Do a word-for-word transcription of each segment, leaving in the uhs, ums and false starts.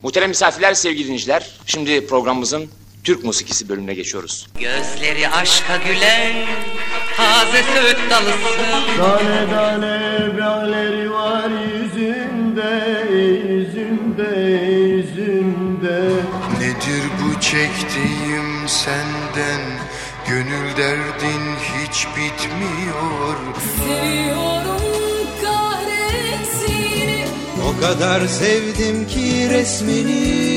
Muhterem misafirler, sevgili dinleyiciler, şimdi programımızın Türk musikisi bölümüne geçiyoruz. Gözleri aşka gülen taze söğüt dalısın. Tane tane böğleri var yüzünde, yüzünde, yüzünde. Nedir bu çektiğim senden? Gönül derdin hiç bitmiyor. Seviyorum kahretsin. O kadar sevdim ki resmini.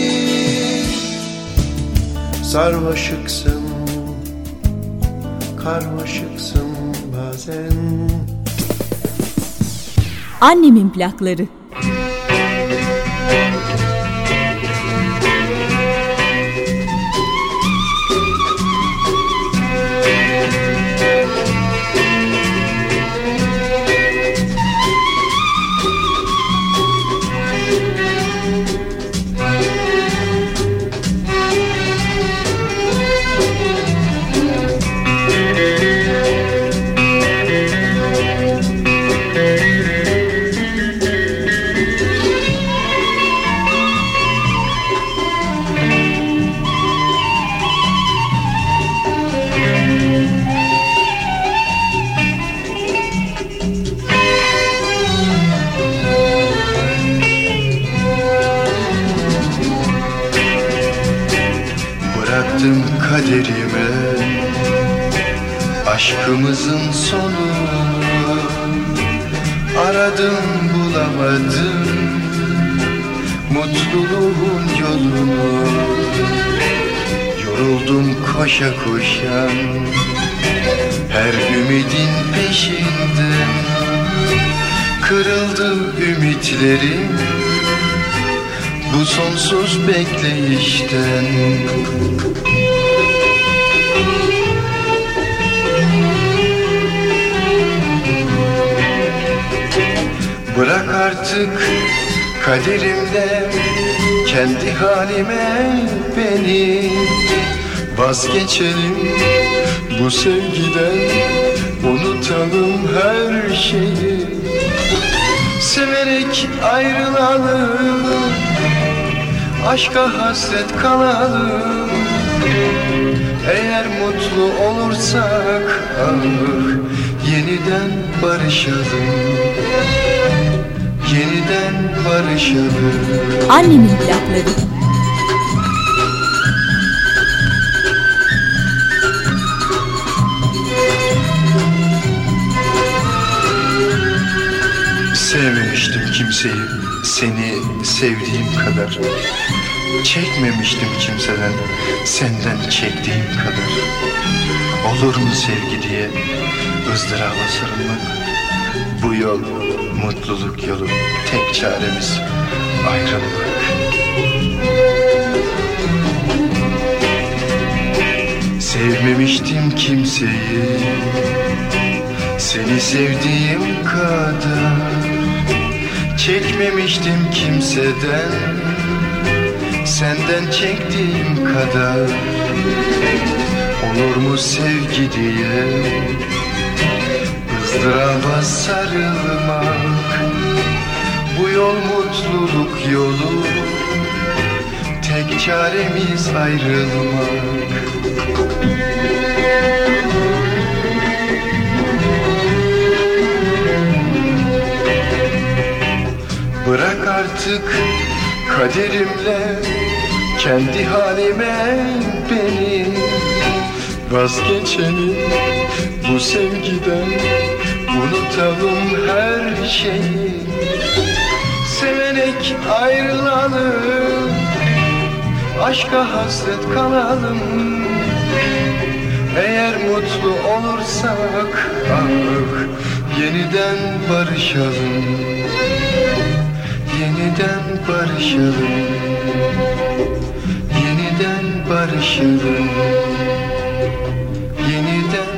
Sarmaşıksın, karmaşıksın bazen. Annemin plakları. Kaderime aşkımızın sonunu aradım bulamadım, mutluluğun yolunu. Yoruldum koşa koşa her ümidin peşinde. Kırıldı ümitlerim bu sonsuz bekleyişten. Bırak artık kaderimde kendi halime beni. Vazgeçelim bu sevgiden, unutalım her şeyi. Severek ayrılalım, aşka hasret kalalım. Eğer mutlu olursak ah, yeniden barışalım. Yeniden barışalım. Annemin plakları. Sevmemiştim kimseyi seni sevdiğim kadar. Çekmemiştim kimseden senden çektiğim kadar. Olur mu sevgi diye ızdıraba sarılmak? Bu yol mutluluk yolu, tek çaremiz ayrılmak. Sevmemiştim kimseyi seni sevdiğim kadar. Çekmemiştim kimseden senden çektiğim kadar. Olur mu sevgi diye ızdıraba sarılmak? Bu yol mutluluk yolu, tek çaremiz ayrılmak. Bırak artık kaderimle kendi halime beni. Vazgeçelim bu sevgiden, unutalım her şeyi. Severek ayrılalım, aşka hasret kalalım. Eğer mutlu olursak ah, yeniden barışalım. Yeniden barışalım. Yeniden barışalım. Yeniden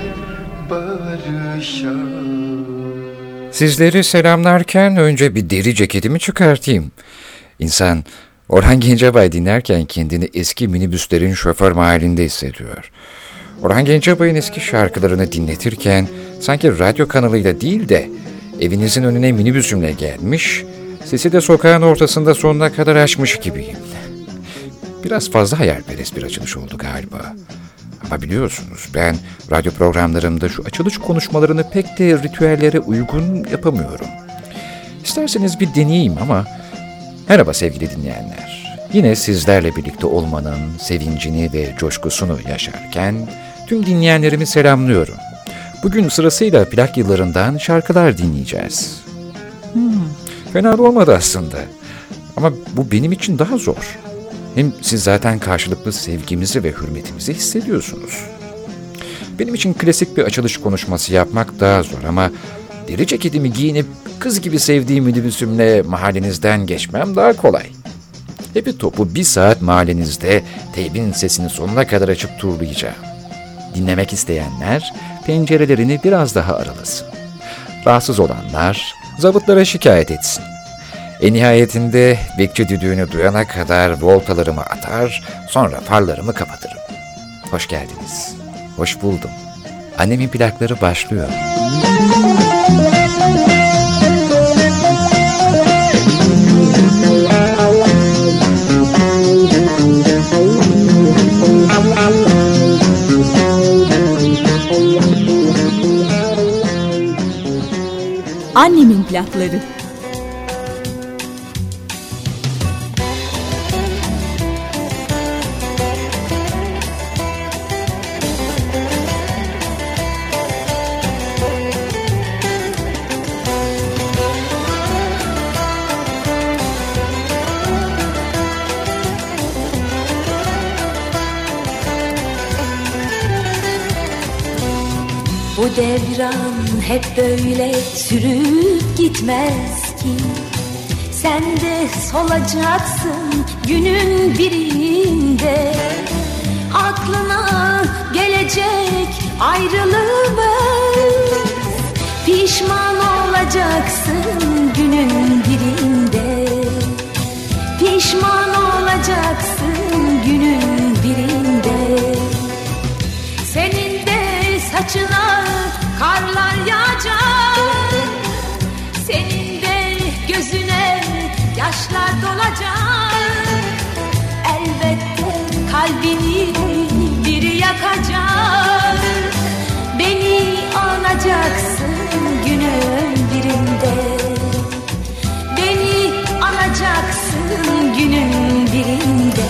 barışalım. Sizleri selamlarken önce bir deri ceketimi çıkartayım. İnsan Orhan Gencebay dinlerken kendini eski minibüslerin şoför mahallinde hissediyor. Orhan Gencebay'ın eski şarkılarını dinletirken sanki radyo kanalıyla değil de evinizin önüne minibüsümle gelmiş, Sesi de sokağın ortasında sonuna kadar açmış gibiyim. Biraz fazla hayalperest bir açılış oldu galiba. Ama biliyorsunuz ben radyo programlarımda şu açılış konuşmalarını pek de ritüellere uygun yapamıyorum. İsterseniz bir deneyeyim ama... Merhaba sevgili dinleyenler. Yine sizlerle birlikte olmanın sevincini ve coşkusunu yaşarken tüm dinleyenlerimi selamlıyorum. Bugün sırasıyla plak yıllarından şarkılar dinleyeceğiz. Hmm, fena da olmadı aslında. Ama bu benim için daha zor. Hem siz zaten karşılıklı sevgimizi ve hürmetimizi hissediyorsunuz. Benim için klasik bir açılış konuşması yapmak daha zor ama deri ceketimi giyinip kız gibi sevdiğim minibüsümle mahallenizden geçmem daha kolay. Hepi topu bir saat mahallenizde teybin sesini sonuna kadar açıp turlayacağım. Dinlemek isteyenler pencerelerini biraz daha aralasın. Rahatsız olanlar zabıtlara şikayet etsin. En nihayetinde bekçi düdüğünü duyana kadar voltalarımı atar, sonra farlarımı kapatırım. Hoş geldiniz. Hoş buldum. Annemin plakları başlıyor. Annemin plakları. Bu devran hep böyle sürüp gitmez ki. Sen de solacaksın günün birinde. Aklına gelecek ayrılığımız. Pişman olacaksın günün birinde. Pişman olacaksın günün birinde. Senin de saçına karlar yağacak. Senin de gözüne yaşlar dolacak. Elbette kalbini biri yakacak. Beni anacaksın günün birinde. Beni anacaksın günün birinde.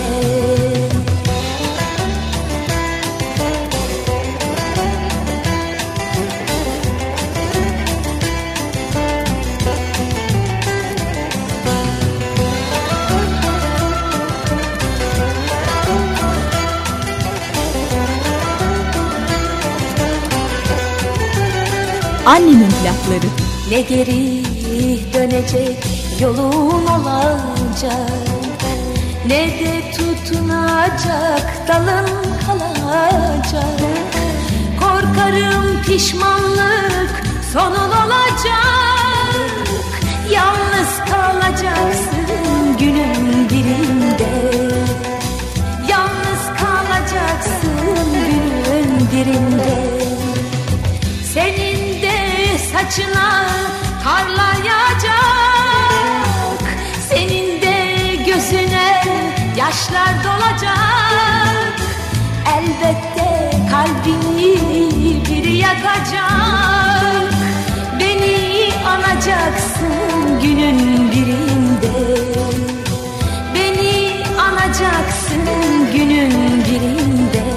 Annemin plakları. Ne geri dönecek yolun olacak, ne de tutunacak dalın kalacak. Korkarım pişmanlık sonun olacak. Yalnız kalacaksın günün birinde. Yalnız kalacaksın günün birinde. Senin saçına karlar yağacak. Senin de gözüne yaşlar dolacak. Elbette kalbini biri yakacak. Beni anacaksın günün birinde. Beni anacaksın günün birinde.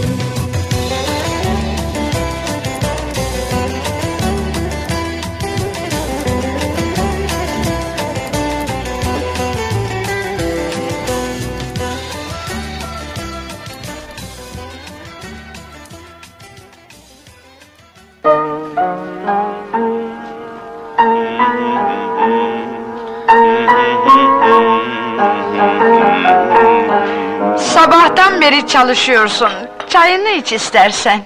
Sabahtan beri çalışıyorsun. Çayını iç istersen.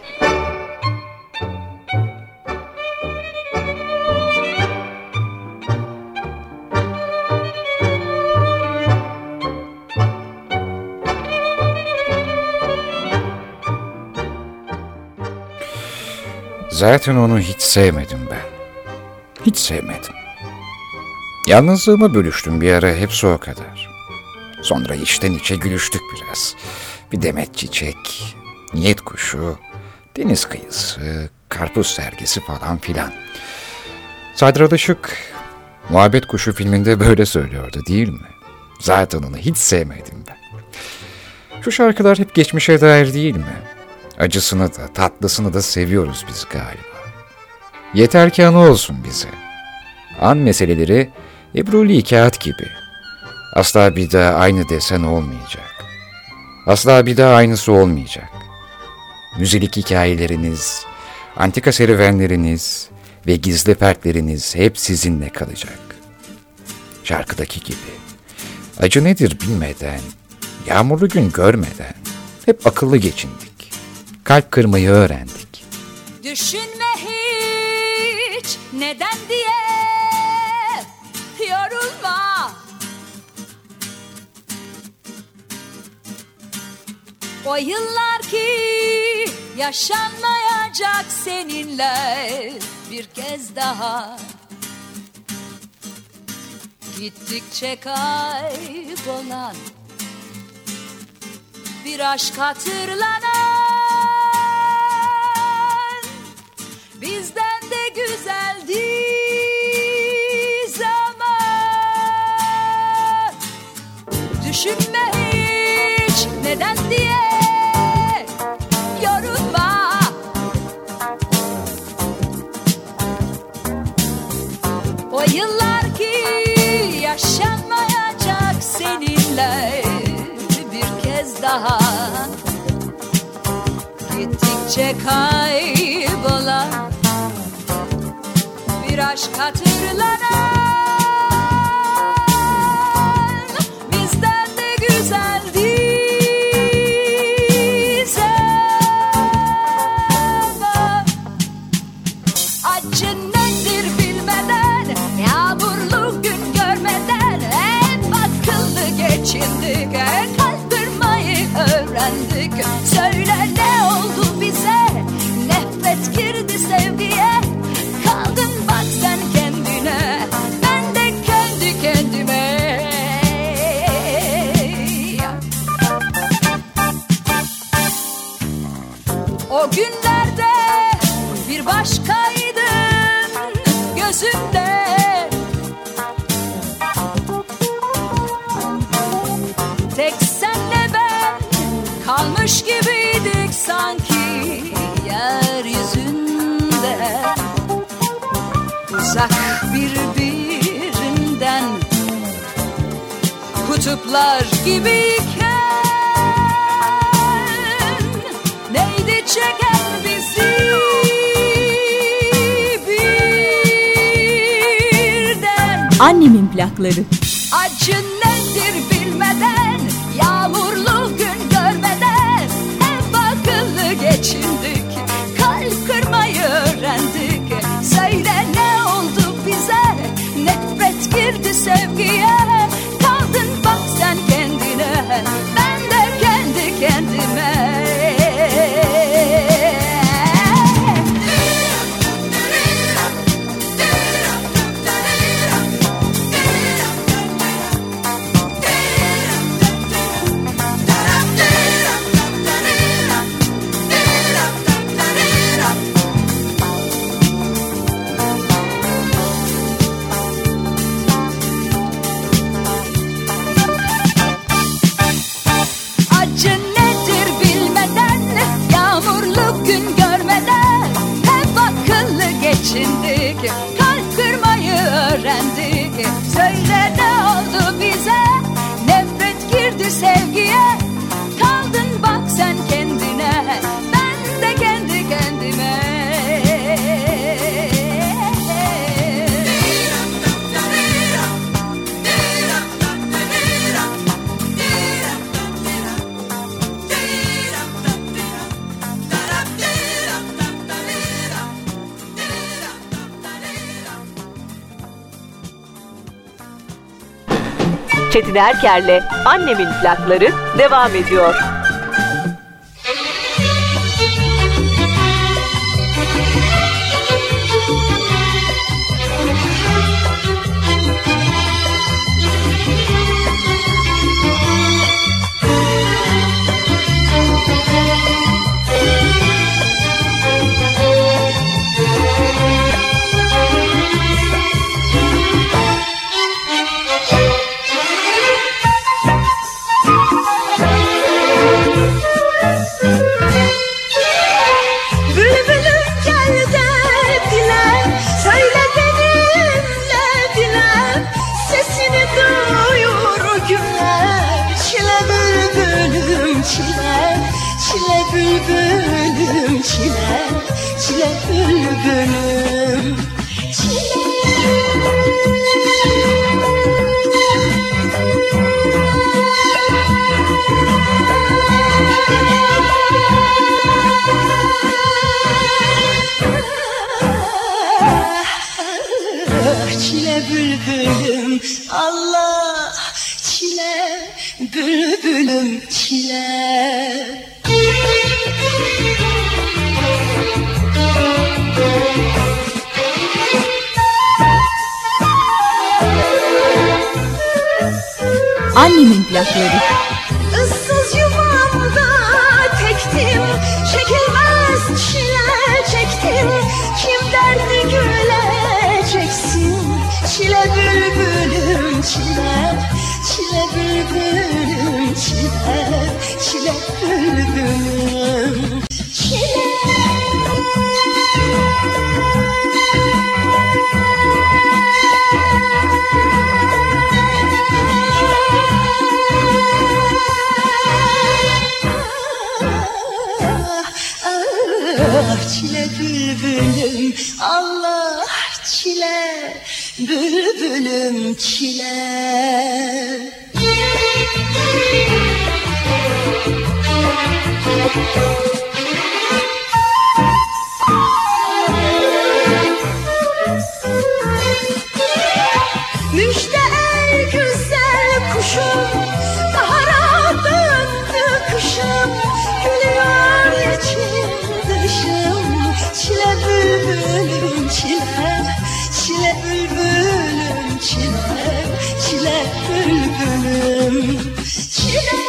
Zaten onu hiç sevmedim ben. Hiç sevmedim. Yalnızlığımı bölüştüm bir ara, hepsi o kadar. Sonra içten içe gülüştük biraz. Bir demet çiçek, niyet kuşu, deniz kıyısı, karpuz sergisi falan filan. Sadri Alışık, Muhabbet Kuşu filminde böyle söylüyordu değil mi? Zaten onu hiç sevmedim ben. Şu şarkılar hep geçmişe dair değil mi? Acısını da tatlısını da seviyoruz biz galiba. Yeter ki anı olsun bize. An meseleleri Ebruli kağıt gibi. Asla bir daha aynı desen olmayacak. Asla bir daha aynısı olmayacak. Müzelik hikayeleriniz, antika serüvenleriniz ve gizli fertleriniz hep sizinle kalacak. Şarkıdaki gibi. Acı nedir bilmeden, yağmurlu gün görmeden hep akıllı geçindik. Kalp kırmayı öğrendik. Düşünme hiç neden diye yorulma. O yıllar ki yaşanmayacak seninle bir kez daha. Gittikçe kaybolan bir aşk hatırlanan, bizden de güzeldi zaman. Düşünme hiç neden diye yorulma. O yıllar ki yaşanmayacak seninle bir kez daha. Gittikçe kaybolan bir aşk hatırlanan, bizden de güzeldi zaman. Acı nedir bilmeden, yağmurlu gün görmeden hep akıllı geçindik, kalp kırmayı öğrendik. Söyle ne oldu bize, nefret girdi sevgiye. Kaldın bak sen kendine, ben de kendi kendime. O günlerde bir başkaydın gözümde. Tek senle ben kalmış gibiydik sanki yeryüzünde. Uzak birbirinden kutuplar gibiyken, neydi çeken bizi birden? Annemin plakları. Acı nedir bilmeden, yağmurlu gün görmeden hep akıllı geçindik, kalp kırmayı öğrendik. Söyle ne oldu bize, nefret girdi sevgiye. Kaldın bak sen kendine, ben de kendi kendime. Kalp kırmayı öğrendik. Söyle ne oldu bize, nefret girdi sevgiye. Kaldın bak sen kendine, ben de kendi kendime. Çetin Erker'le Annemin plakları devam ediyor. çile bülbülüm çile, çile bülbülüm çile. Çile bülbülüm Allah, çile bülbülüm çile. Annemin plakları. Issız yuvamda tektim, çekilmez çile çektim. Kim derdi güleceksin, çile bülbülüm çile, çile bülbülüm çile, çile bülbülüm çile. Çile bülbülüm Allah, çile bülbülüm çile. Müjde ey güzel kuşum, bahara döndü kışım, gülüyor içim dışım. Çile bülbülüm çile, çile bülbülüm çile, çile bülbülüm çile.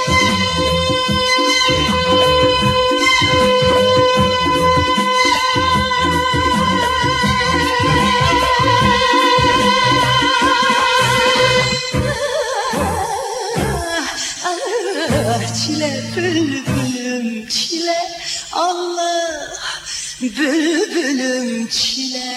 Çile bülbülüm çile Allah, bülbülüm çile.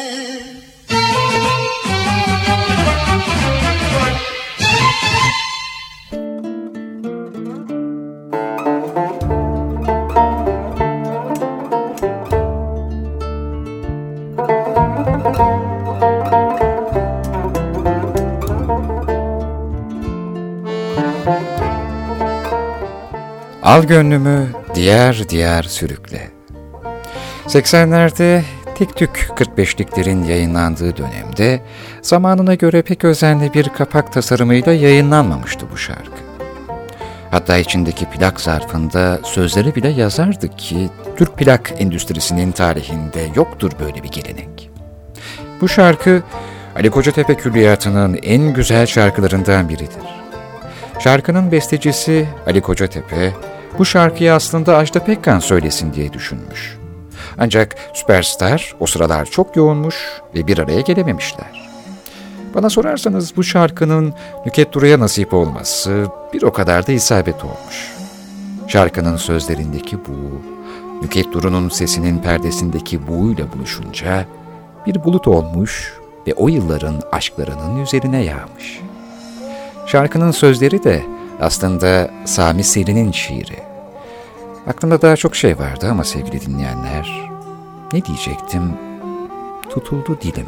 Al gönlümü diğer diğer sürükle. seksenlerde Tek Tük kırk beşliklerin yayınlandığı dönemde zamanına göre pek özenli bir kapak tasarımıyla yayınlanmamıştı bu şarkı. Hatta içindeki plak zarfında sözleri bile yazardı ki Türk plak endüstrisinin tarihinde yoktur böyle bir gelenek. Bu şarkı Ali Kocatepe Külliyatı'nın en güzel şarkılarından biridir. Şarkının bestecisi Ali Kocatepe bu şarkıyı aslında Ajda Pekkan söylesin diye düşünmüş. Ancak Süperstar o sıralar çok yoğunmuş ve bir araya gelememişler. Bana sorarsanız bu şarkının Nükhet Duru'ya nasip olması bir o kadar da isabet olmuş. Şarkının sözlerindeki buğu, Nükhet Duru'nun sesinin perdesindeki buğuyla buluşunca bir bulut olmuş ve o yılların aşklarının üzerine yağmış. Şarkının sözleri de aslında Sami Selin'in şiiri. Aklımda daha çok şey vardı ama sevgili dinleyenler, ne diyecektim? Tutuldu dilim.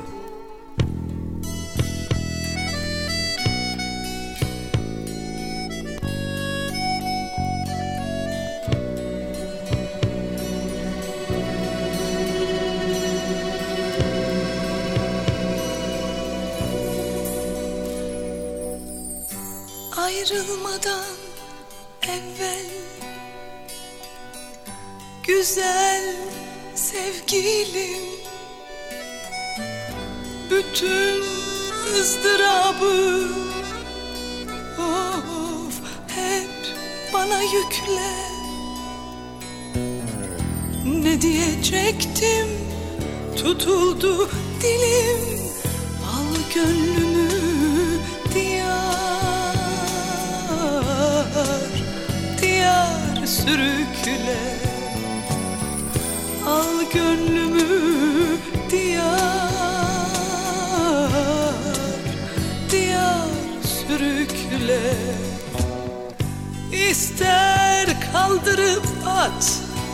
Ayrılmadan evvel güzel sevgilim, bütün ızdırabı of hep bana yükle. Ne diyecektim, tutuldu dilim, al gönlümü diyar diyar sürükle. Al gönlümü diyar diyar sürükle. İster kal kaldırıp at.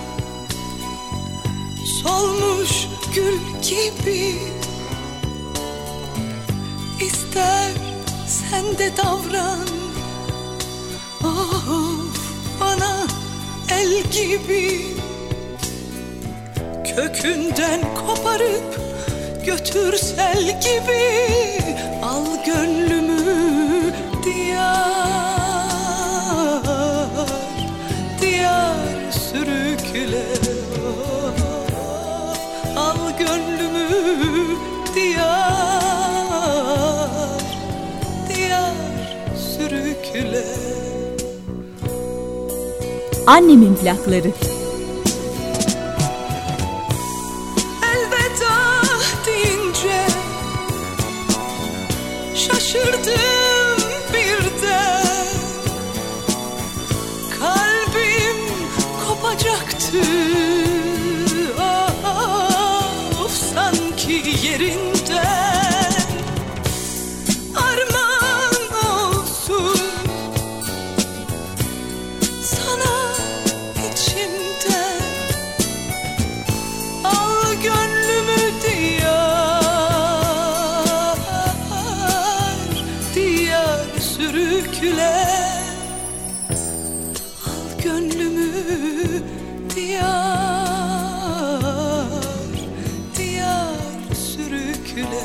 Solmuş gül gibi İster sen de davran. Of, bana el gibi kökünden koparıp götür sel gibi. Al gönlümü diyar diyar sürükle. Al gönlümü diyar diyar sürükle. Annemin plakları. Elveda deyince şaşırdım birden. Kalbim kopacaktı. Of, sanki yerinden. Armağan olsun sana içimden. Al gönlümü diyar diyar sürükle. Al gönlümü diyar diyar sürükle.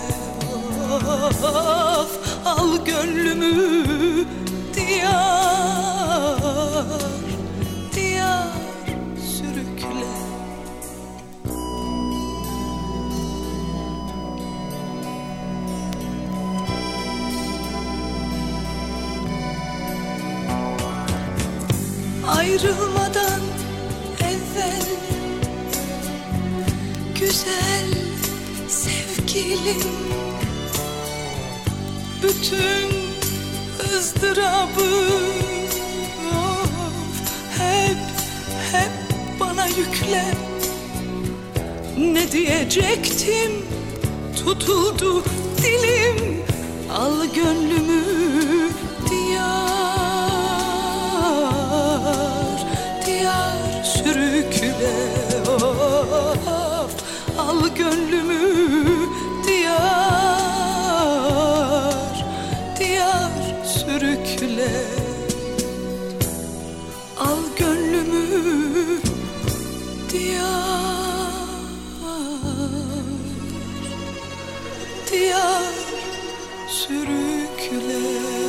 Of, al gönlümü diyar diyar sürükle. Ayrılmadan evvel güzel sevgilim, bütün ızdırabı of, hep hep bana yükle. Ne diyecektim tutuldu dilim. Al gönlümü diyar diyar sürükle. Of, al gönlümü diyar diyar sürükle. Al gönlümü diyar diyar sürükle.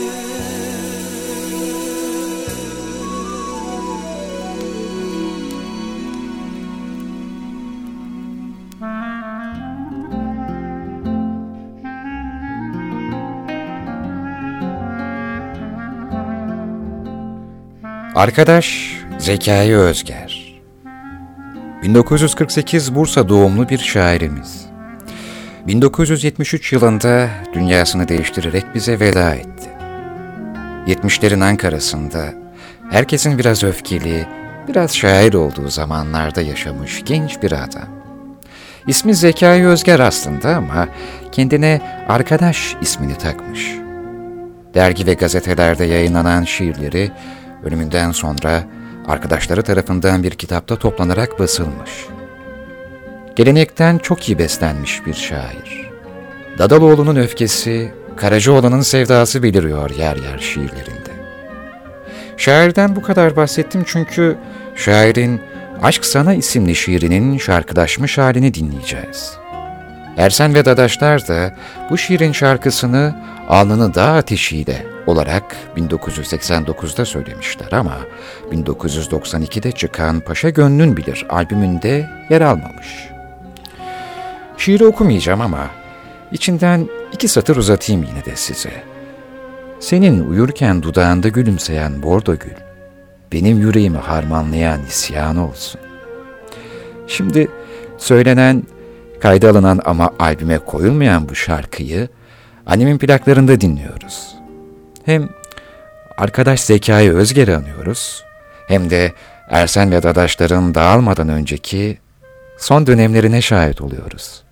Arkadaş Zekai Özger, bin dokuz yüz kırk sekiz Bursa doğumlu bir şairimiz. bin dokuz yüz yetmiş üç yılında dünyasını değiştirerek bize veda etti. yetmişlerin Ankara'sında herkesin biraz öfkeli, biraz şair olduğu zamanlarda yaşamış genç bir adam. İsmi Zekai Özger aslında ama kendine Arkadaş ismini takmış. Dergi ve gazetelerde yayınlanan şiirleri ölümünden sonra arkadaşları tarafından bir kitapta toplanarak basılmış. Gelenekten çok iyi beslenmiş bir şair. Dadaloğlu'nun öfkesi, Karacaoğlan'ın sevdası beliriyor yer yer şiirlerinde. Şairden bu kadar bahsettim çünkü şairin Aşk Sana isimli şiirinin şarkılaşmış halini dinleyeceğiz. Ersen ve Dadaşlar da bu şiirin şarkısını Alnını Dağ Ateşiyle olarak bin dokuz yüz seksen dokuzda söylemişler ama bin dokuz yüz doksan ikide çıkan Paşa Gönlün Bilir albümünde yer almamış. Şiiri okumayacağım ama içinden iki satır uzatayım yine de size. Senin uyurken dudağında gülümseyen bordo gül, benim yüreğimi harmanlayan isyan olsun. Şimdi söylenen, kayda alınan ama albüme koyulmayan bu şarkıyı annemin plaklarında dinliyoruz. Hem arkadaş Zekai Özger'i anıyoruz, hem de Ersen ve Dadaşların dağılmadan önceki son dönemlerine şahit oluyoruz.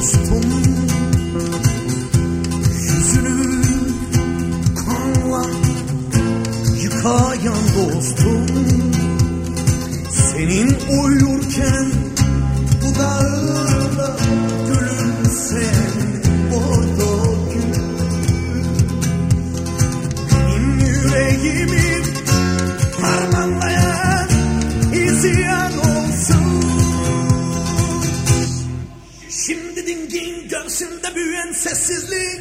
dostum, yüzünü kanla yıkayan dostum, senin uyurken dudağına gülümseyen orada gül, benim yüreğimi harmanlayan izyan olsun. Şimdi dingin göğsünde büyüyen sessizlik,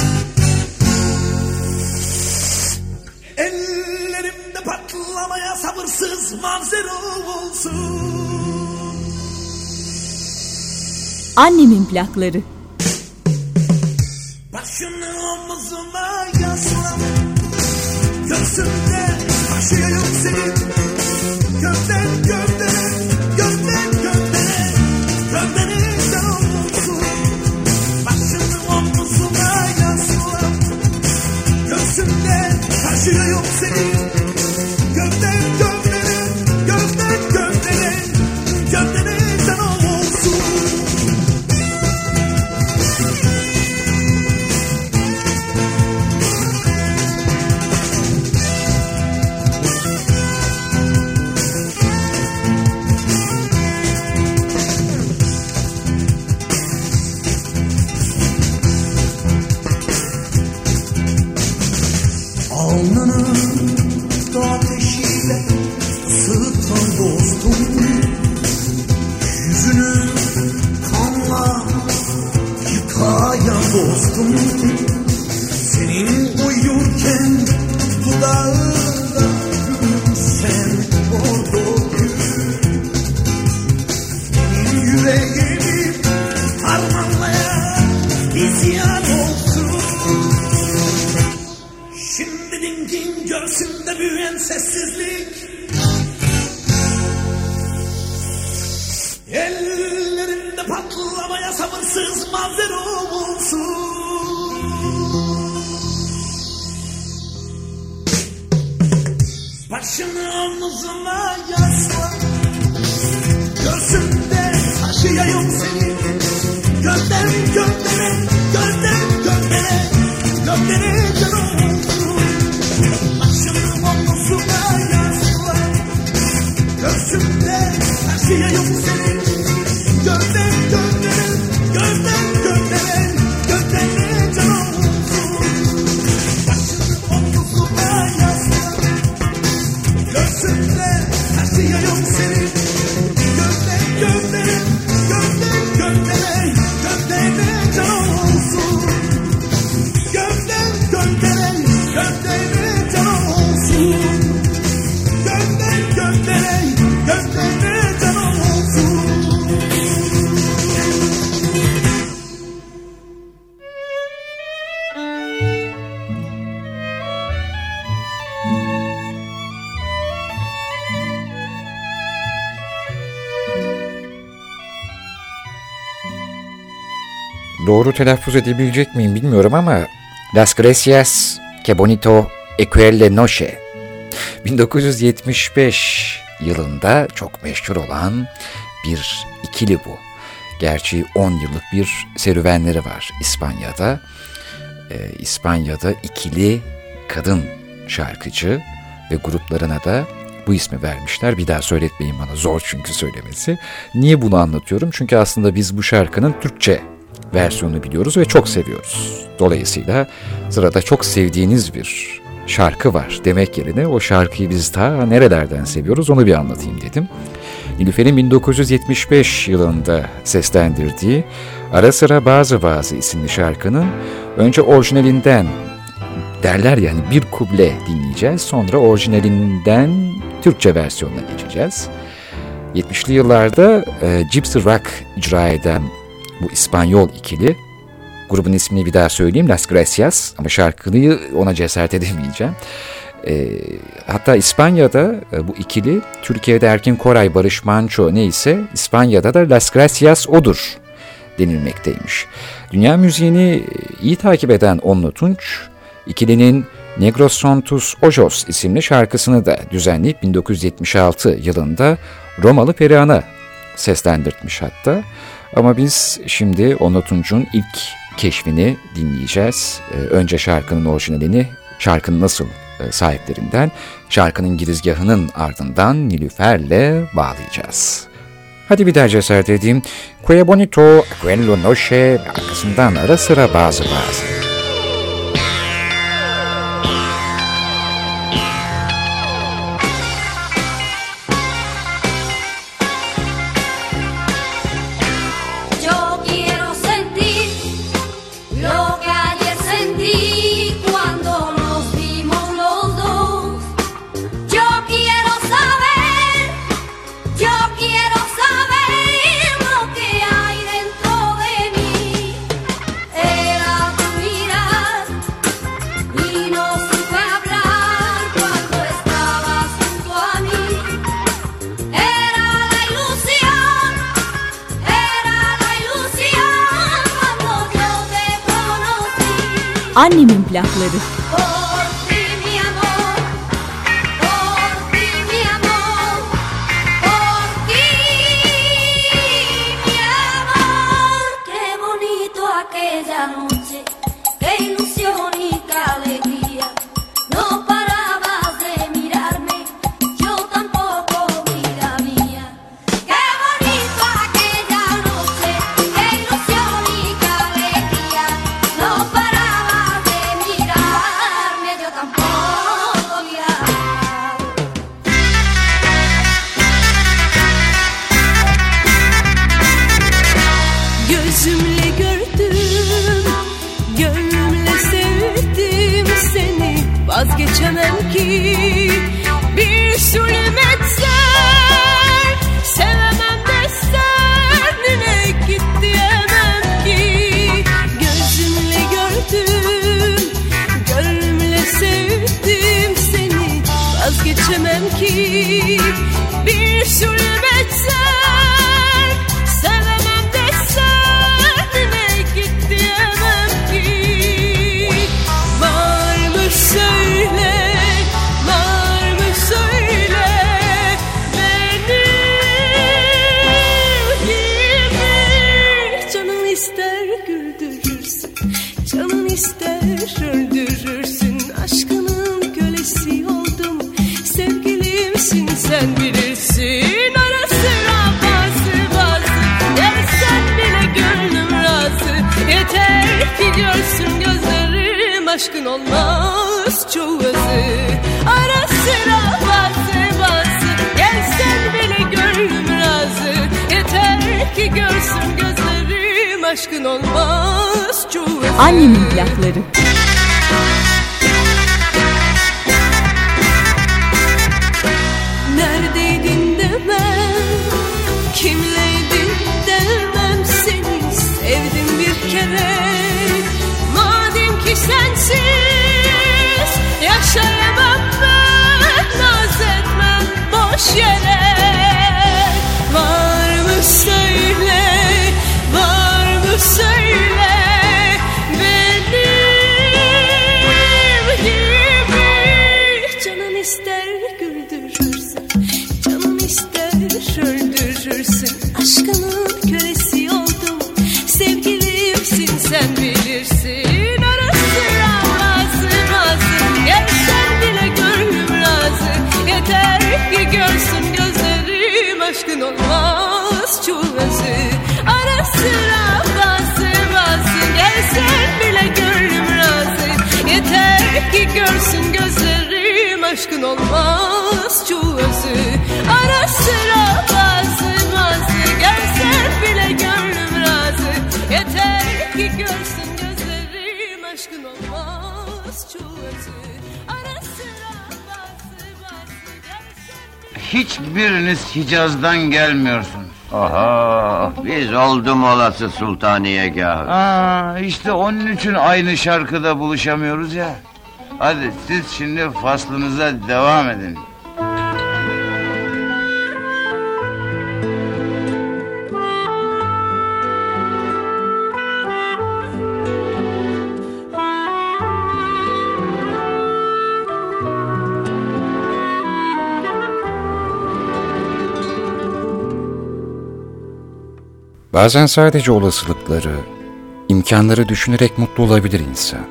ellerimde patlamaya sabırsız manzara olsun. Annemin plakları. Başını omuzuna yasla, göğsünde taşıyayım seni. Gövden gövdene, gövden gövdene, gövdene sen olsun. Başını omuzuna yasla, göğsünde taşıyayım seni. Gövden gövdene, gövden gövdene, gövdene sen olsun. Alnını da ateşiyle ısıtan dostum, yüzünü kanla yıkayan dostum, senin uyurken dudağında gülümsen orada gül, benim yüreğimi harmanlayan isyan olsun. Şimdi dingin göğsümde büyüyen sessizlik, ellerimde patlamaya sabırsız manzara olsun. Başını omuzuna yasla, göğsümde taşıyayım seni. Gövden gövdene, gövden gövdene, gövdene can olsun. Başını omuzuna yasla, göğsümde taşıyayım seni. Gövden gövdene, gövden gövdene, gövdene can olsun. Başını omuzuna yasla, göğsümde taşıyayım seni. Gövden gövdene, gövden gövdene, gövdene can olsun. Gövden gövdene, gövdene can olsun. Gövden gövdene, gövdene can olsun. Doğru telaffuz edebilecek miyim bilmiyorum ama Las Gracias, Que Bonito, Aquelle Noche. bin dokuz yüz yetmiş beş yılında çok meşhur olan bir ikili bu. Gerçi on yıllık bir serüvenleri var İspanya'da. Ee, İspanya'da ikili kadın şarkıcı ve gruplarına da bu ismi vermişler. Bir daha söyletmeyin bana, zor çünkü söylemesi. Niye bunu anlatıyorum? Çünkü aslında biz bu şarkının Türkçe versiyonunu biliyoruz ve çok seviyoruz. Dolayısıyla sırada çok sevdiğiniz bir şarkı var demek yerine o şarkıyı biz ta nerelerden seviyoruz onu bir anlatayım dedim. Nilüfer'in bin dokuz yüz yetmiş beş yılında seslendirdiği Ara Sıra Bazı Bazı isimli şarkının önce orijinalinden derler yani bir kuble dinleyeceğiz. Sonra orijinalinden Türkçe versiyonuna geçeceğiz. yetmişli yıllarda e, Gypsy Rock icra eden bu İspanyol ikili, grubun ismini bir daha söyleyeyim, Las Gracias, ama şarkıyı ona cesaret edemeyeceğim. E, hatta İspanya'da e, bu ikili, Türkiye'de Erkin Koray, Barış Manço neyse, İspanya'da da Las Gracias odur denilmekteymiş. Dünya müziğini iyi takip eden Onno Tunç, ikilinin Negros Son Tus Ojos isimli şarkısını da düzenleyip bin dokuz yüz yetmiş altı yılında Romalı Perihan'a seslendirtmiş hatta. Ama biz şimdi Onno Tunç'un ilk keşfini dinleyeceğiz. Ee, önce şarkının orijinalini, şarkının nasıl e, sahiplerinden, şarkının girizgahının ardından Nilüfer'le bağlayacağız. Hadi bir daha cesaret edeyim. Que bonito, quello noche ve arkasından ara sıra bazı bazı. Annemin plakları. Vazgeçemem ki bir zulüm etsen, sevemem desen, yine git diyemem ki. Gözümle gördüm, gönlümle sevdim seni. Vazgeçemem ki bir zulüm etsen, sevemem desen, yine git diyemem ki. Var mı söyle, var mı söyle, benim gibi. Canın ister güldürürsün, canın ister öldürürsün. Aşkının kölesi oldum, sevgilimsin sen bilirsin. Ara sıra bazı bazı, yersen bile gönlüm razı. Yeter ki görsün gözlerim, aşkın olmaz çoğu özü. Ara sıra bazı bazı, gelsen bile gönlüm razı. Yeter ki görsün gözlerim, aşkın olmaz çoğu özü. Annemin plakları. Neredeydin demem, kimleydin demem, seni sevdim bir kere. Madem ki sensiz yaşayamam ben, naz etmem boş yere. Var mı söyle, var mı söyle, benim gibi. Canın ister güldürürsün, canın ister öldürürsün. Aşkının kölesi oldum, sevgilimsin sen bilirsin. Ara sıra bazı bazı, gelsen bile gönlüm razı. Yeter ki görsün gözlerim, aşkın olmaz çoğu özü. Ara sıra bazı bazı, gelsen bile gönlüm razı. Yeter ki görsün gözlerim, aşkın olmaz çoğu özü. Ara sıra bazı bazı, gelsen bile gönlüm razı. Yeter ki görsün gözlerim, aşkın olmaz çoğu özü. Ara sıra bazı bazı, gelsen bile... Hiçbiriniz Hicaz'dan gelmiyorsunuz. Oho, biz oldum olası sultaniyegahı. Aa, işte onun için aynı şarkıda buluşamıyoruz ya. Hadi siz şimdi faslınıza devam edin. Bazen sadece olasılıkları, imkanları düşünerek mutlu olabilir insan.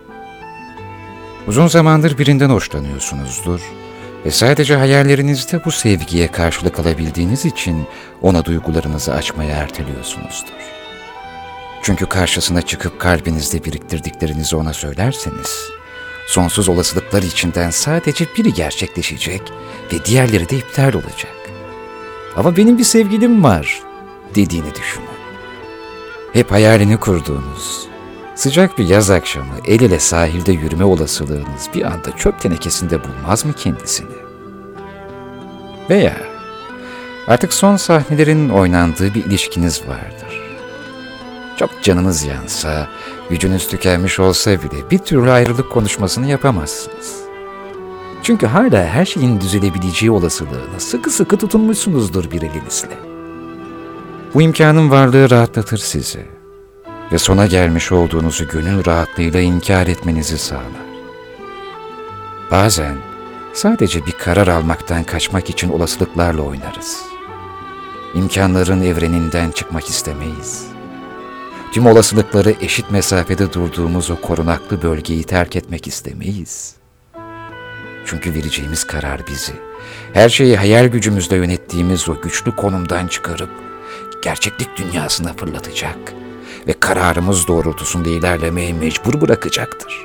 Uzun zamandır birinden hoşlanıyorsunuzdur ve sadece hayallerinizde bu sevgiye karşılık alabildiğiniz için ona duygularınızı açmaya erteliyorsunuzdur. Çünkü karşısına çıkıp kalbinizde biriktirdiklerinizi ona söylerseniz, sonsuz olasılıklar içinden sadece biri gerçekleşecek ve diğerleri de iptal olacak. Ama benim bir sevgilim var dediğini düşünün. Hep hayalini kurduğunuz, sıcak bir yaz akşamı el ele sahilde yürüme olasılığınız bir anda çöp tenekesinde bulmaz mı kendisini? Veya artık son sahnelerin oynandığı bir ilişkiniz vardır. Çok canınız yansa, gücünüz tükenmiş olsa bile bir türlü ayrılık konuşmasını yapamazsınız. Çünkü hala her şeyin düzelebileceği olasılığına sıkı sıkı tutunmuşsunuzdur bir elinizle. Bu imkanın varlığı rahatlatır sizi ve sona gelmiş olduğunuzu gönül rahatlığıyla inkar etmenizi sağlar. Bazen sadece bir karar almaktan kaçmak için olasılıklarla oynarız. İmkanların evreninden çıkmak istemeyiz. Tüm olasılıkları eşit mesafede durduğumuz o korunaklı bölgeyi terk etmek istemeyiz. Çünkü vereceğimiz karar bizi, her şeyi hayal gücümüzle yönettiğimiz o güçlü konumdan çıkarıp gerçeklik dünyasına fırlatacak ve kararımız doğrultusunda ilerlemeye mecbur bırakacaktır.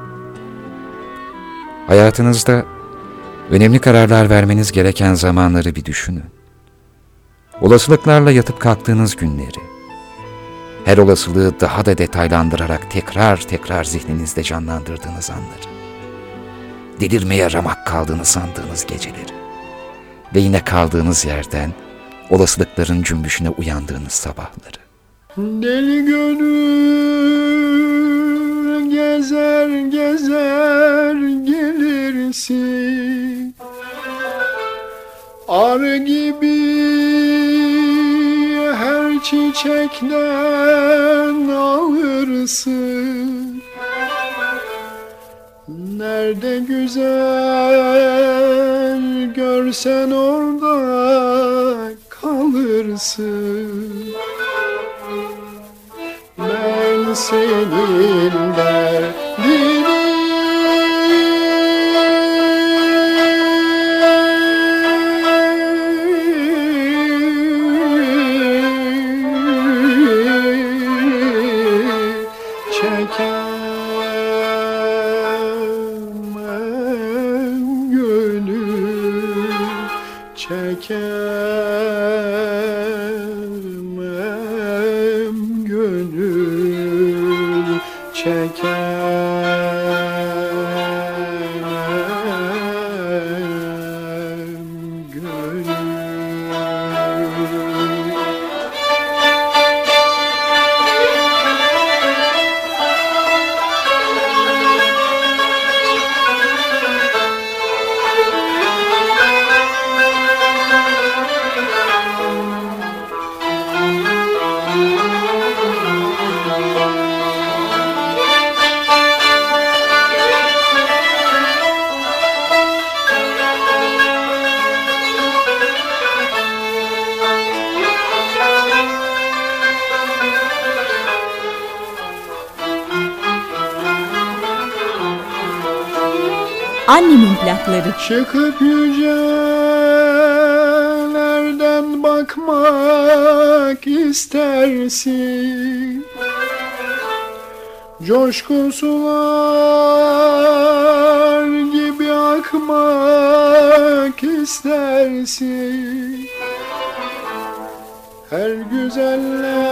Hayatınızda önemli kararlar vermeniz gereken zamanları bir düşünün. Olasılıklarla yatıp kalktığınız günleri, her olasılığı daha da detaylandırarak tekrar tekrar zihninizde canlandırdığınız anları, delirmeye ramak kaldığını sandığınız geceleri ve yine kaldığınız yerden olasılıkların cümbüşüne uyandığınız sabahları. Deli gönül gezer gezer gelirsin, ar gibi her çiçekten alırsın. Nerede güzel görsen orada kalırsın. Ben seninle dilim çekemem gönül, çekemem gönül, çekemem gönül. Annemin plakları. Çıkıp yücelerden bakmak istersin, coşkun sular gibi akmak istersin. Her güzelle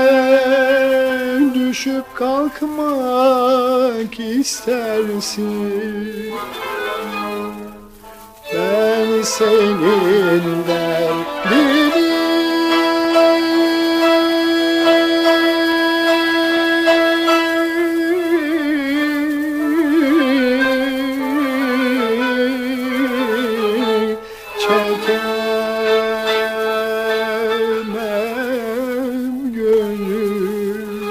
düşüp kalkmak istersin. Ben senin derdini çekemem gönül,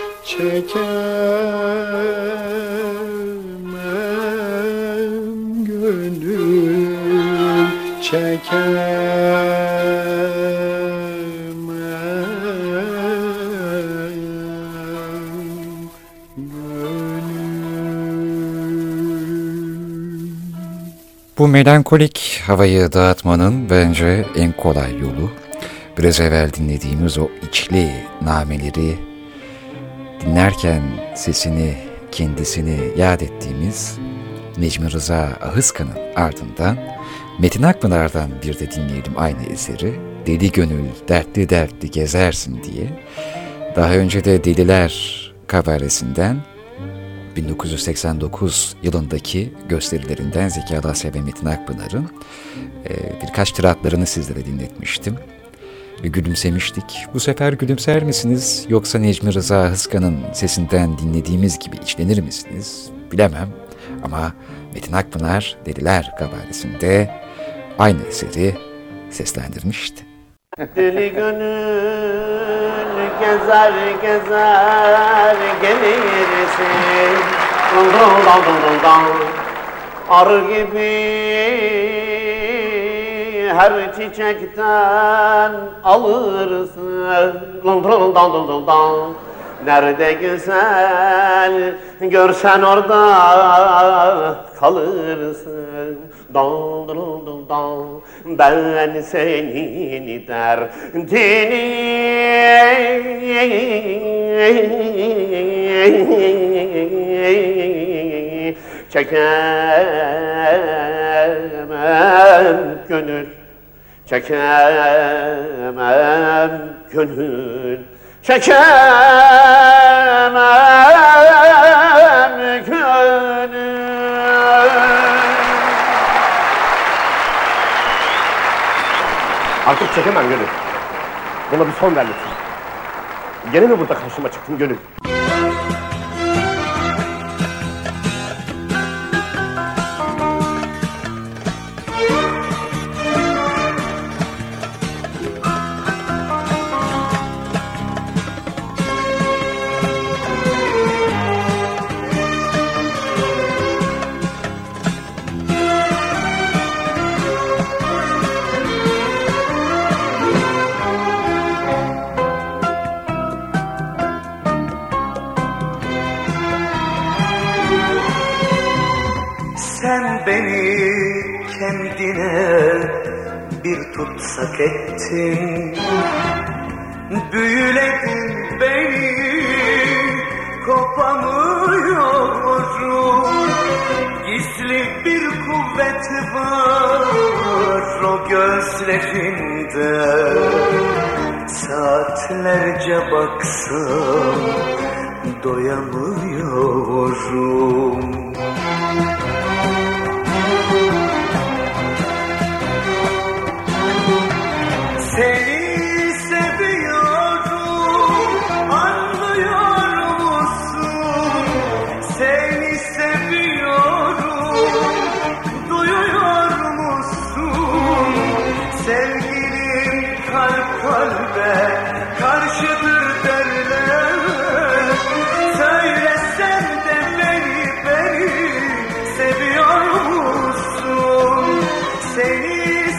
çekemem gönül, çekemem Bu melankolik havayı dağıtmanın bence en kolay yolu, biraz evvel dinlediğimiz o içli nameleri dinlerken sesini, kendisini yad ettiğimiz Necmi Rıza Ahıska'nın ardından Metin Akpınar'dan bir de dinleyelim aynı eseri. Deli gönül dertli dertli gezersin diye. Daha önce de Deliler kabaresinden bin dokuz yüz seksen dokuz yılındaki gösterilerinden Zeki Alasya ve Metin Akpınar'ın e, birkaç tiratlarını sizlere dinletmiştim. Ve gülümsemiştik. Bu sefer gülümser misiniz yoksa Necmi Rıza Ahıska'nın sesinden dinlediğimiz gibi içlenir misiniz bilemem. Ama Metin Akpınar Deliler kabaresinde aynı eseri seslendirmişti. Deli gönül gezer gezer gelirsin, dum dum dum dum, arı gibi her çiçekten alırsın, dum dum dum dum dum. Nerede güzel görsen orada kalırsın. Dum dum dum dum. Ben senin derdini çekemem gönül, çekemem gönül, çekemem gönül. Artık çekemem gönül. Buna bir son ver lütfen. Gene mi burada karşıma çıktın gönül? Beni kendine bir tutsak ettin, büyüledin beni, kopamıyorum. Gizli bir kuvvet var o gözlerinde, saatlerce baksam doyamıyorum. Seni seviyorum, anlıyor musun? Seni seviyorum, duyuyor musun? Sevgilim kalp kalbe karşıdır derler. Söylesen de beni, beni seviyor musun? Seni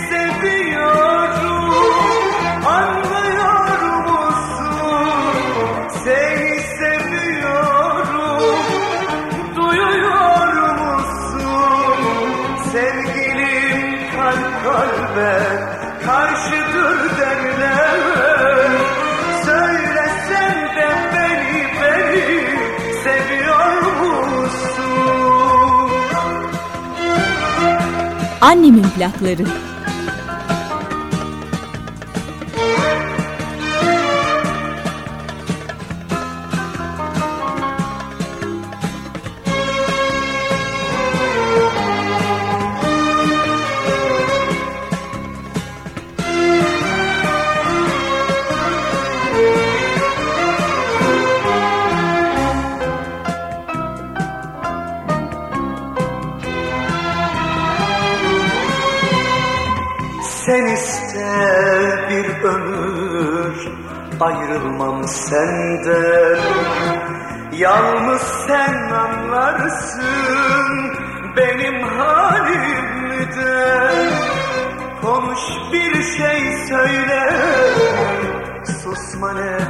karşıdır derler. Söylesen de beni, beni seviyor musun? Annemin plakları. Sen iste bir ömür, ayrılmam senden. Yalnız sen anlarsın benim halimden. Konuş bir şey söyle, susma ne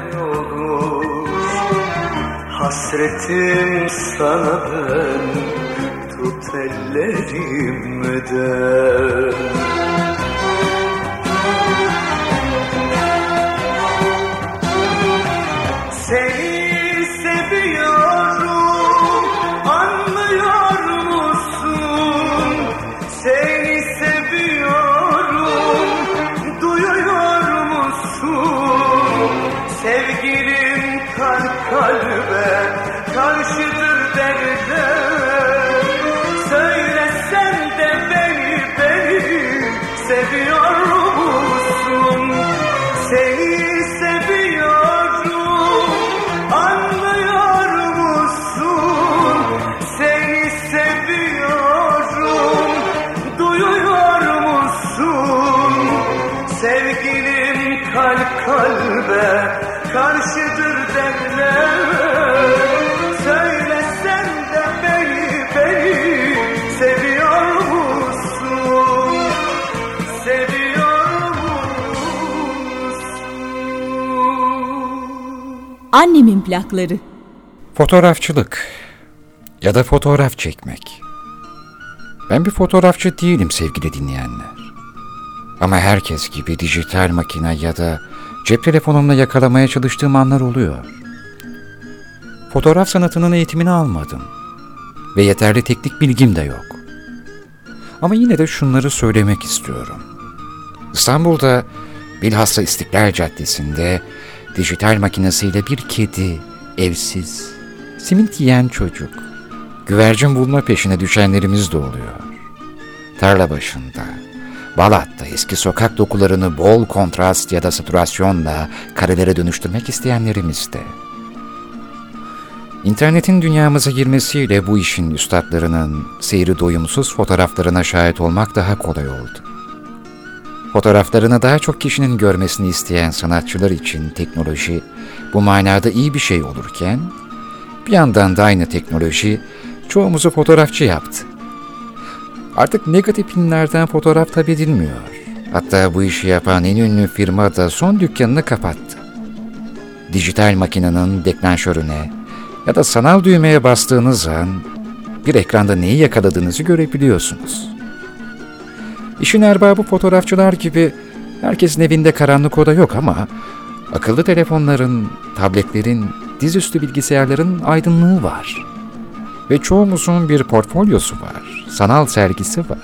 olur. Hasretim sana ben tut ellerimden. Seni seviyorum, anlıyor musun? Seni seviyorum, duyuyor musun? Sevgilim kalp kalbe karşıdır derler. Söylesen de beni, beni seviyor musun? Seni seviyorum, anlıyor musun? Seni seviyorum, duyuyor musun? Sevgilim kalp kalbe karşıdır derler. Söylesen de beni, beni seviyor musun? Seviyor musun? Annemin plakları. Fotoğrafçılık ya da fotoğraf çekmek. Ben bir fotoğrafçı değilim sevgili dinleyenler. Ama herkes gibi dijital makine ya da cep telefonumla yakalamaya çalıştığım anlar oluyor. Fotoğraf sanatının eğitimini almadım ve yeterli teknik bilgim de yok. Ama yine de şunları söylemek istiyorum. İstanbul'da bilhassa İstiklal Caddesi'nde dijital makinesiyle bir kedi, evsiz, simit yiyen çocuk, güvercin bulma peşine düşenlerimiz de oluyor. Tarla başında, Balat'ta eski sokak dokularını bol kontrast ya da satürasyonla karelere dönüştürmek isteyenlerimiz de. İnternetin dünyamıza girmesiyle bu işin üstadlarının seyri doyumsuz fotoğraflarına şahit olmak daha kolay oldu. Fotoğraflarını daha çok kişinin görmesini isteyen sanatçılar için teknoloji bu manada iyi bir şey olurken, bir yandan da aynı teknoloji çoğumuzu fotoğrafçı yaptı. Artık negatif pinlerden fotoğraf tabi edilmiyor. Hatta bu işi yapan en ünlü firma da son dükkanını kapattı. Dijital makinenin deklanşörüne ya da sanal düğmeye bastığınız an bir ekranda neyi yakaladığınızı görebiliyorsunuz. İşin erbabı fotoğrafçılar gibi herkesin evinde karanlık oda yok ama akıllı telefonların, tabletlerin, dizüstü bilgisayarların aydınlığı var. Ve çoğumuzun bir portfolyosu var, sanal sergisi var.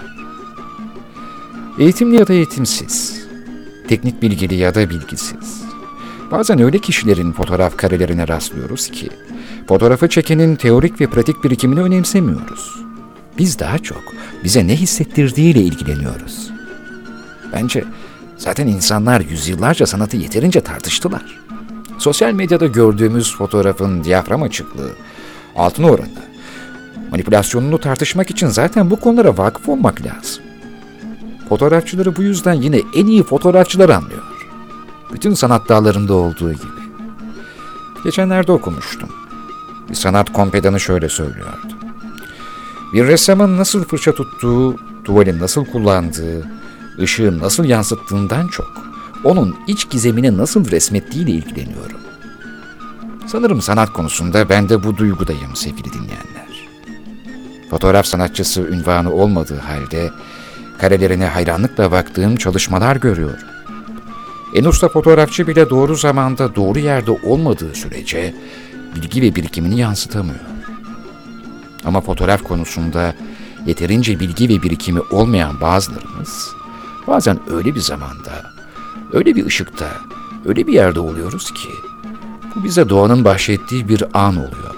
Eğitimli ya da eğitimsiz, teknik bilgili ya da bilgisiz. Bazen öyle kişilerin fotoğraf karelerine rastlıyoruz ki, fotoğrafı çekenin teorik ve pratik birikimini önemsemiyoruz. Biz daha çok bize ne hissettirdiğiyle ilgileniyoruz. Bence zaten insanlar yüzyıllarca sanatı yeterince tartıştılar. Sosyal medyada gördüğümüz fotoğrafın diyafram açıklığı, altın oranı, manipülasyonunu tartışmak için zaten bu konulara vakıf olmak lazım. Fotoğrafçıları bu yüzden yine en iyi fotoğrafçılar anlıyor. Bütün sanat dallarında olduğu gibi. Geçenlerde okumuştum. Bir sanat kompedanı şöyle söylüyordu. Bir ressamın nasıl fırça tuttuğu, tuvali nasıl kullandığı, ışığı nasıl yansıttığından çok, onun iç gizemini nasıl resmettiğiyle ilgileniyorum. Sanırım sanat konusunda ben de bu duygudayım sevgili dinleyenler. Fotoğraf sanatçısı unvanı olmadığı halde karelerine hayranlıkla baktığım çalışmalar görüyorum. En usta fotoğrafçı bile doğru zamanda doğru yerde olmadığı sürece bilgi ve birikimini yansıtamıyor. Ama fotoğraf konusunda yeterince bilgi ve birikimi olmayan bazılarımız bazen öyle bir zamanda, öyle bir ışıkta, öyle bir yerde oluyoruz ki bu bize doğanın bahşettiği bir an oluyor.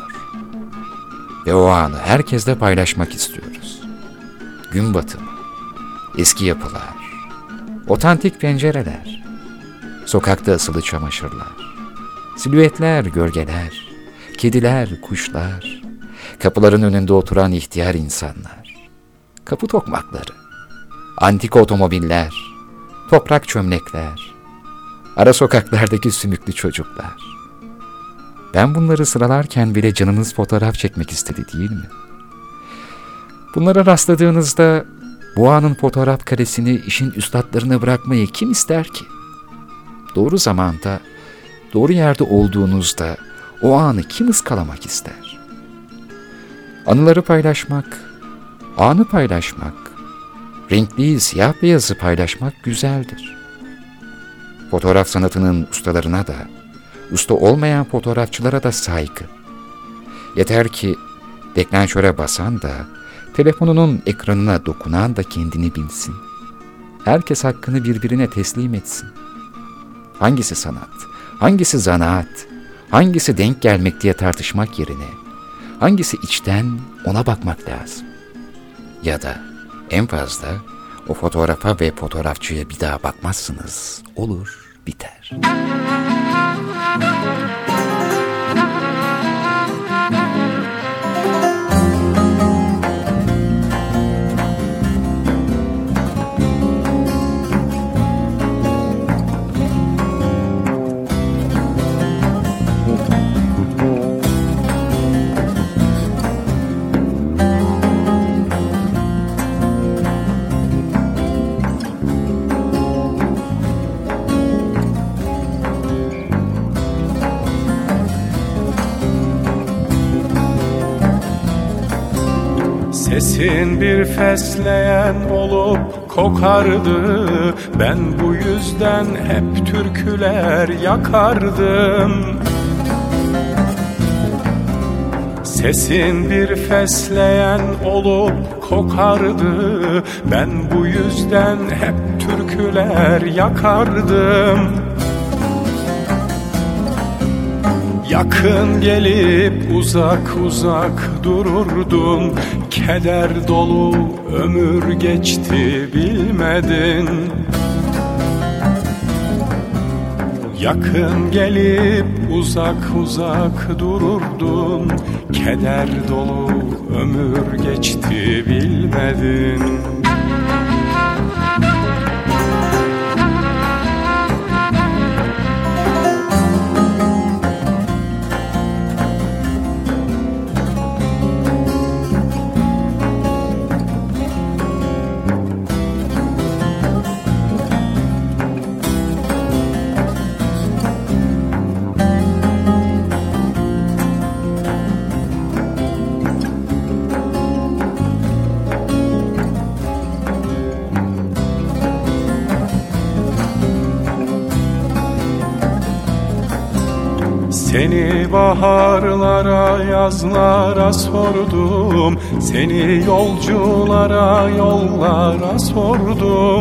Ve o anı herkesle paylaşmak istiyoruz. Gün batımı, eski yapılar, otantik pencereler, sokakta asılı çamaşırlar, silüetler, gölgeler, kediler, kuşlar, kapıların önünde oturan ihtiyar insanlar, kapı tokmakları, antik otomobiller, toprak çömlekler, ara sokaklardaki sümüklü çocuklar. Ben bunları sıralarken bile canınız fotoğraf çekmek istedi değil mi? Bunlara rastladığınızda bu anın fotoğraf karesini işin üstadlarına bırakmayı kim ister ki? Doğru zamanda, doğru yerde olduğunuzda o anı kim ıskalamak ister? Anıları paylaşmak, Anı paylaşmak, renkli siyah beyazı paylaşmak güzeldir. Fotoğraf sanatının ustalarına da, usta olmayan fotoğrafçılara da saygı. Yeter ki deklanşöre basan da, telefonunun ekranına dokunan da kendini bilsin. Herkes hakkını birbirine teslim etsin. Hangisi sanat, hangisi zanaat, hangisi denk gelmek diye tartışmak yerine, hangisi içten ona bakmak lazım. Ya da en fazla o fotoğrafa ve fotoğrafçıya bir daha bakmazsınız, olur biter. Sesin bir fesleğen olup kokardı, ben bu yüzden hep türküler yakardım. Sesin bir fesleğen olup kokardı, ben bu yüzden hep türküler yakardım. Yakın gelip uzak uzak dururdun, keder dolu ömür geçti bilmedin. Yakın gelip uzak uzak dururdun, keder dolu ömür geçti bilmedin. Seni baharlara, yazlara sordum, seni yolculara, yollara sordum.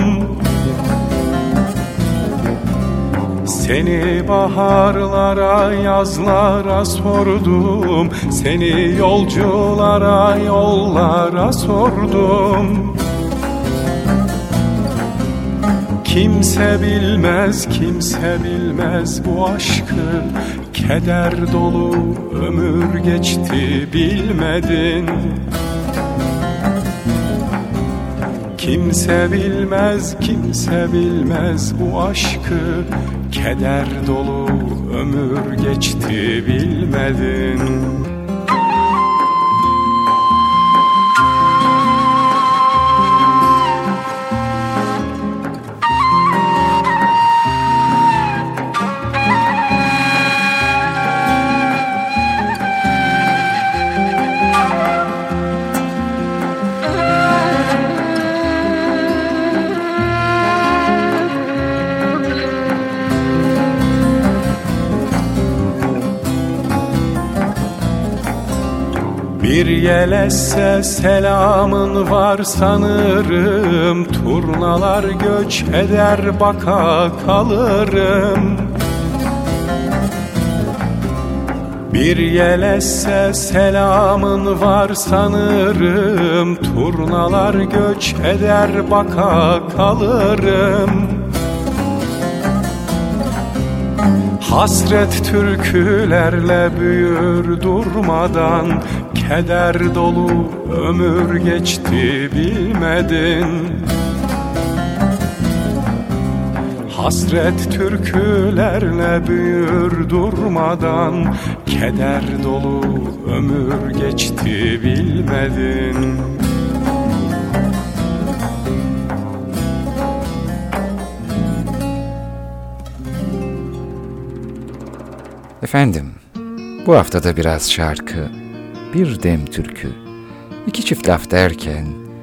Seni baharlara, yazlara sordum, seni yolculara, yollara sordum. Kimse bilmez, kimse bilmez bu aşkı, keder dolu ömür geçti bilmedin. Kimse bilmez, kimse bilmez bu aşkı, keder dolu ömür geçti bilmedin. Bir yel esse selamın var sanırım, turnalar göç eder baka kalırım. Bir yel esse selamın var sanırım, turnalar göç eder baka kalırım. Hasret türkülerle büyür durmadan, keder dolu ömür geçti bilmedin. Hasret türkülerle büyür durmadan, keder dolu ömür geçti bilmedin. Efendim, bu haftada biraz şarkı, bir dem türkü, iki çift laf derken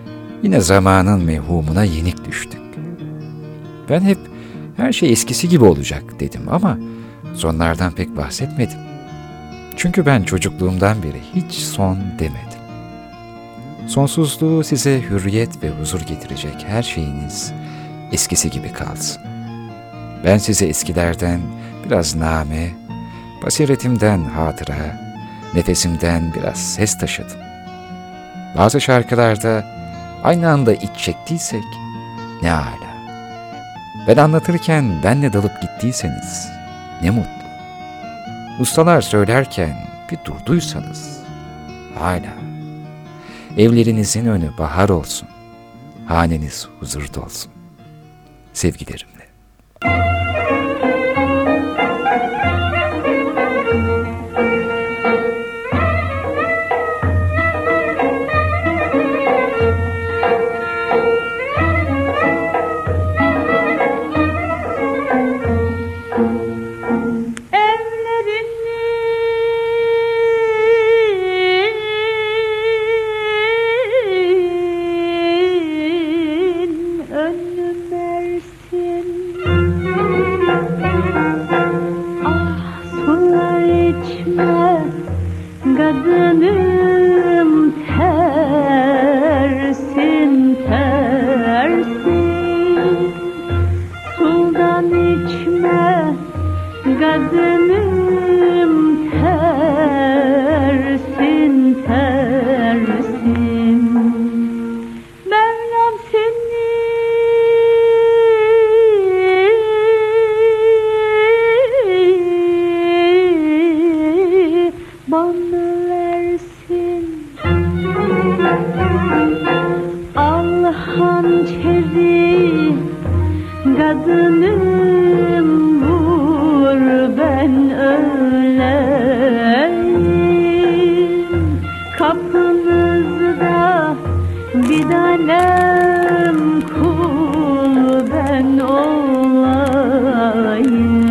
Yine zamanın mevhumuna yenik düştük. Ben hep her şey eskisi gibi olacak dedim ama sonlardan pek bahsetmedim. Çünkü ben çocukluğumdan beri hiç son demedim. Sonsuzluğu size hürriyet ve huzur getirecek her şeyiniz eskisi gibi kalsın. Ben size eskilerden biraz name, basiretimden hatıra, nefesimden biraz ses taşıdım. Bazı şarkılarda aynı anda iç çektiysek ne âlâ. Ben anlatırken benle dalıp gittiyseniz ne mutlu. Ustalar söylerken bir durduysanız hala. Evlerinizin önü bahar olsun, haneniz huzurda olsun. Sevgilerimle. Kadınım tersin tersin, sudan içme. Kadınım tersin tersin, Mevlam seni bana versin. Al hançeri kadınım, vur ben öleyim. Kapınızda bir tanem kul ben olayım.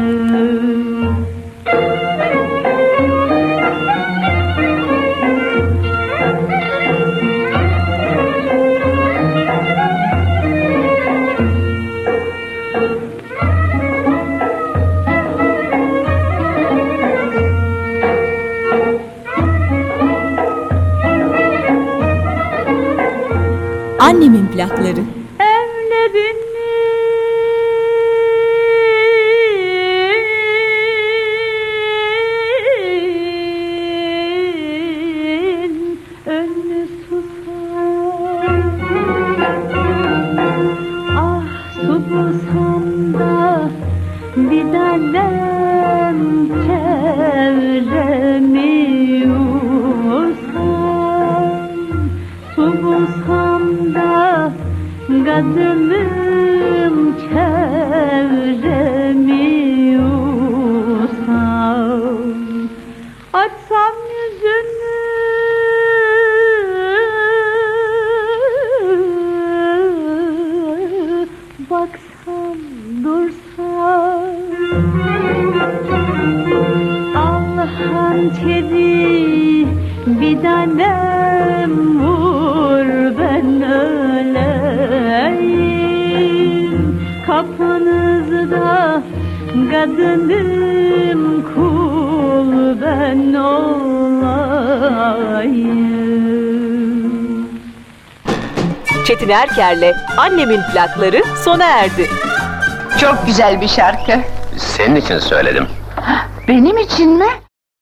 Annemin plakları. Evlerimin önü susar. Ah su bulsam da bir tanem çevremi yursam. Su bulsam da kadınım çevremi yursam. Açsam yüzünü baksam dursam. Al hançeri bir tanem vur ben öleyim. Kapınızda kadınım kul ben olayım. Çetin Erker'le Annemin plakları sona erdi. Çok güzel bir şarkı. Senin için söyledim. Benim için mi?